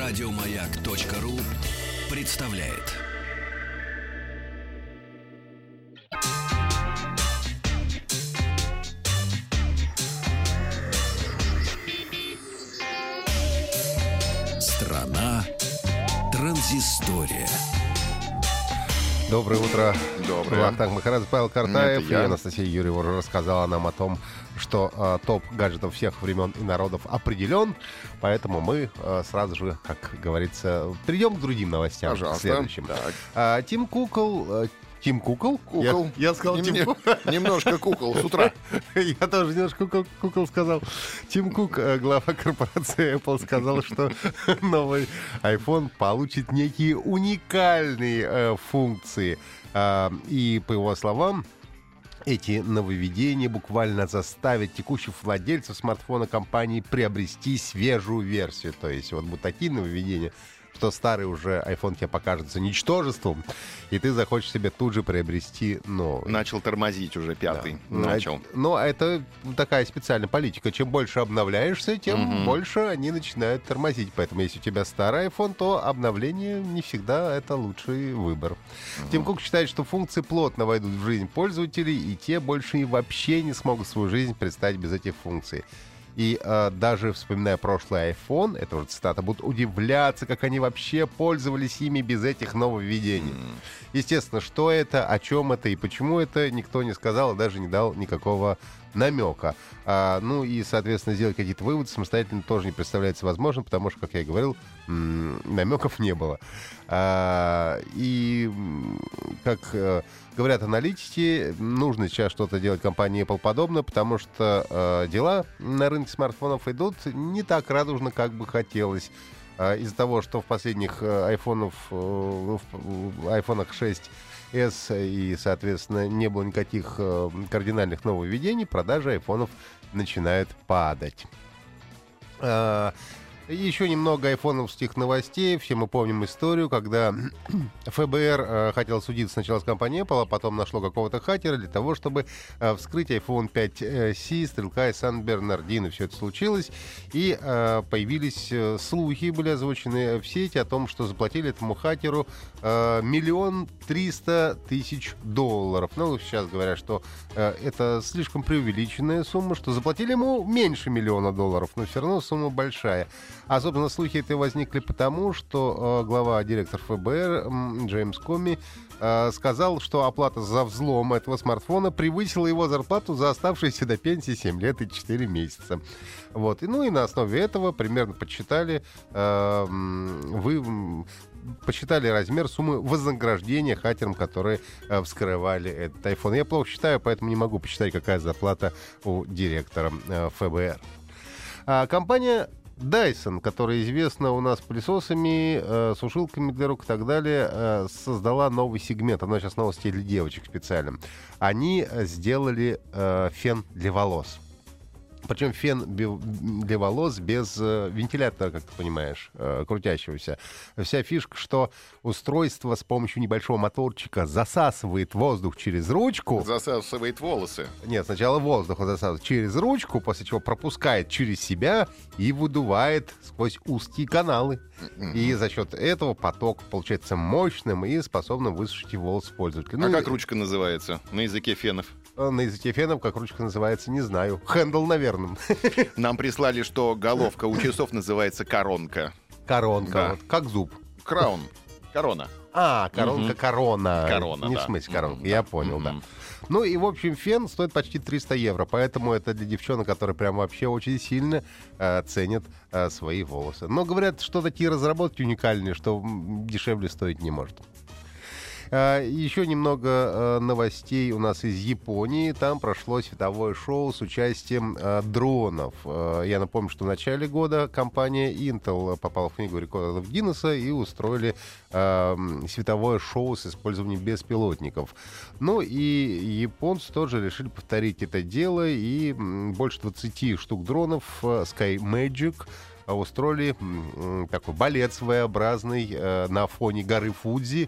Радиомаяк.ру представляет. Страна транзистория. Доброе утро. Доброе. Вахтанг Махарадзе, Павел Картаев Это я. и Анастасия Юрьева уже рассказала нам о том, что топ гаджетов всех времен и народов определен. Поэтому мы сразу же, как говорится, перейдем к другим новостям. Пожалуйста. Следующим. Так. Тим Кукол... Тим Кукол? Кукол. Я сказал Тим Кукол. Немножко кукол с утра. Я тоже немножко кукол сказал. Тим Кук, глава корпорации Apple, сказал, что новый iPhone получит некие уникальные функции. И, по его словам, эти нововведения буквально заставят текущих владельцев смартфона компании приобрести свежую версию. То есть вот будут такие нововведения, что старый уже iPhone тебе покажется ничтожеством, и ты захочешь себе тут же приобрести новый. Начал тормозить уже пятый. Да. Начал. Но это такая специальная политика. Чем больше обновляешься, тем больше они начинают тормозить. Поэтому если у тебя старый iPhone, то обновление не всегда это лучший выбор. Тим Кук считает, что функции плотно войдут в жизнь пользователей, и те больше и вообще не смогут свою жизнь представить без этих функций. И даже вспоминая прошлый iPhone, это уже цитата, будут удивляться, как они вообще пользовались ими без этих нововведений. Естественно, что это, о чем это и почему это, никто не сказал и даже не дал никакого намека. Ну и, соответственно, сделать какие-то выводы самостоятельно тоже не представляется возможным, потому что, как я и говорил, намеков не было. И, как говорят аналитики, нужно сейчас что-то делать компании Apple подобное, потому что дела на рынке смартфонов идут не так радужно, как бы хотелось. Из-за того, что в последних айфонах 6s и, соответственно, не было никаких кардинальных нововведений, продажи айфонов начинают падать. Еще немного айфоновских новостей. Все мы помним историю, когда ФБР хотел судиться сначала с компанией Apple, а потом нашло какого-то хакера для того, чтобы вскрыть iPhone 5C, стрелка из Сан-Бернардино. Все это случилось, и появились слухи, были озвучены в сети о том, что заплатили этому хакеру $1 300 000. Ну, сейчас говорят, что это слишком преувеличенная сумма, что заплатили ему меньше $1 миллиона, но все равно сумма большая. А, собственно, слухи это возникли потому, что директор ФБР Джеймс Коми сказал, что оплата за взлом этого смартфона превысила его зарплату за оставшиеся до пенсии 7 лет и 4 месяца. Вот. И на основе этого примерно подсчитали размер суммы вознаграждения хакерам, которые вскрывали этот iPhone. Я плохо считаю, поэтому не могу посчитать, какая зарплата у директора ФБР. Компания Dyson, которая известна у нас пылесосами, сушилками для рук и так далее, создала новый сегмент. Оно сейчас новости для девочек специально. Они сделали фен для волос. Причем фен для волос без вентилятора, как ты понимаешь, крутящегося. Вся фишка, что устройство с помощью небольшого моторчика засасывает воздух через ручку. Засасывает волосы. Нет, сначала воздух засасывает через ручку, после чего пропускает через себя и выдувает сквозь узкие каналы. И за счет этого поток получается мощным и способным высушить волосы пользователя. Как ручка называется на языке фенов? На языке фенов, как ручка называется, не знаю. Хэндл, наверное. Нам прислали, что головка у часов называется коронка. Коронка, Да. вот, как зуб. Краун. Корона. Коронка, корона. Корона, Не да. в смысле коронка, я понял, да. Ну и, в общем, фен стоит почти 300 евро, поэтому это для девчонок, которые прям вообще очень сильно ценят свои волосы. Но говорят, что такие разработки уникальные, что дешевле стоить не может. Еще немного новостей у нас из Японии. Там прошло световое шоу с участием дронов. Я напомню, что в начале года компания Intel попала в книгу рекордов Гиннесса и устроили световое шоу с использованием беспилотников. Ну и японцы тоже решили повторить это дело, и больше 20 штук дронов Sky Magic устроили такой балет своеобразный на фоне горы Фудзи.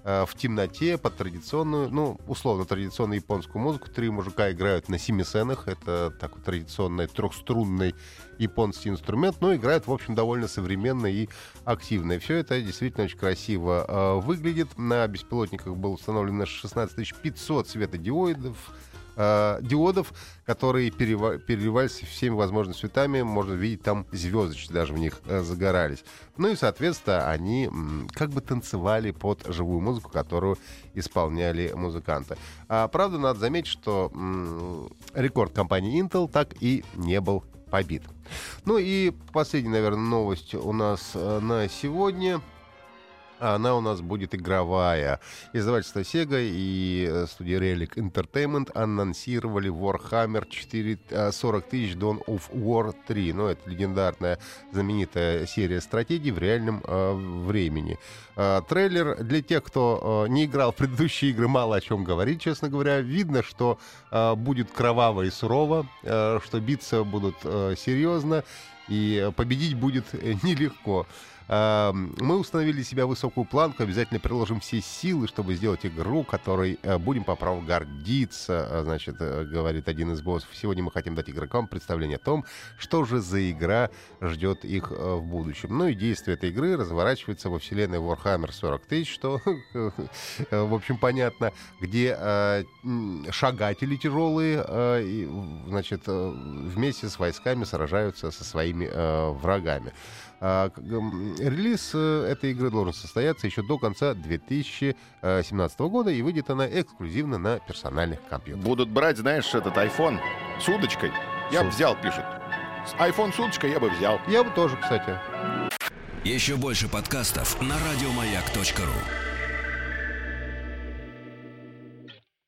в темноте под традиционную, ну, условно традиционную японскую музыку. 3 мужика играют на семисенах. Это такой традиционный трехструнный японский инструмент, но играют, в общем, довольно современно и активно. И все это действительно очень красиво выглядит. На беспилотниках было установлено 16 500 светодиодов, которые переливались всеми возможными цветами. Можно видеть, там звездочки даже в них загорались. Ну и, соответственно, они как бы танцевали под живую музыку, которую исполняли музыканты. Правда, надо заметить, что рекорд компании Intel так и не был побит. Ну и последняя, наверное, новость у нас на сегодня. Она у нас будет игровая. Издательство Sega и студия Relic Entertainment анонсировали Warhammer 40 000 Dawn of War 3. Ну, это легендарная, знаменитая серия стратегий в реальном времени. Трейлер для тех, кто не играл в предыдущие игры, мало о чем говорит, честно говоря. Видно, что будет кроваво и сурово, что биться будут серьезно, и победить будет нелегко. Мы установили для себя высокую планку, обязательно приложим все силы, чтобы сделать игру, которой будем по праву гордиться, значит, говорит один из боссов. Сегодня мы хотим дать игрокам представление о том, что же за игра ждет их в будущем. Ну и действие этой игры разворачивается во вселенной Warhammer 40 000, что, в общем, понятно, где шагатели тяжелые, значит, вместе с войсками сражаются со своими врагами. Релиз этой игры должен состояться еще до конца 2017 года, и выйдет она эксклюзивно на персональных компьютерах. Будут брать, знаешь, этот iPhone с удочкой. Я бы взял, пишут. iPhone с удочкой я бы взял. Я бы тоже, кстати. Еще больше подкастов на радиомаяк.ру.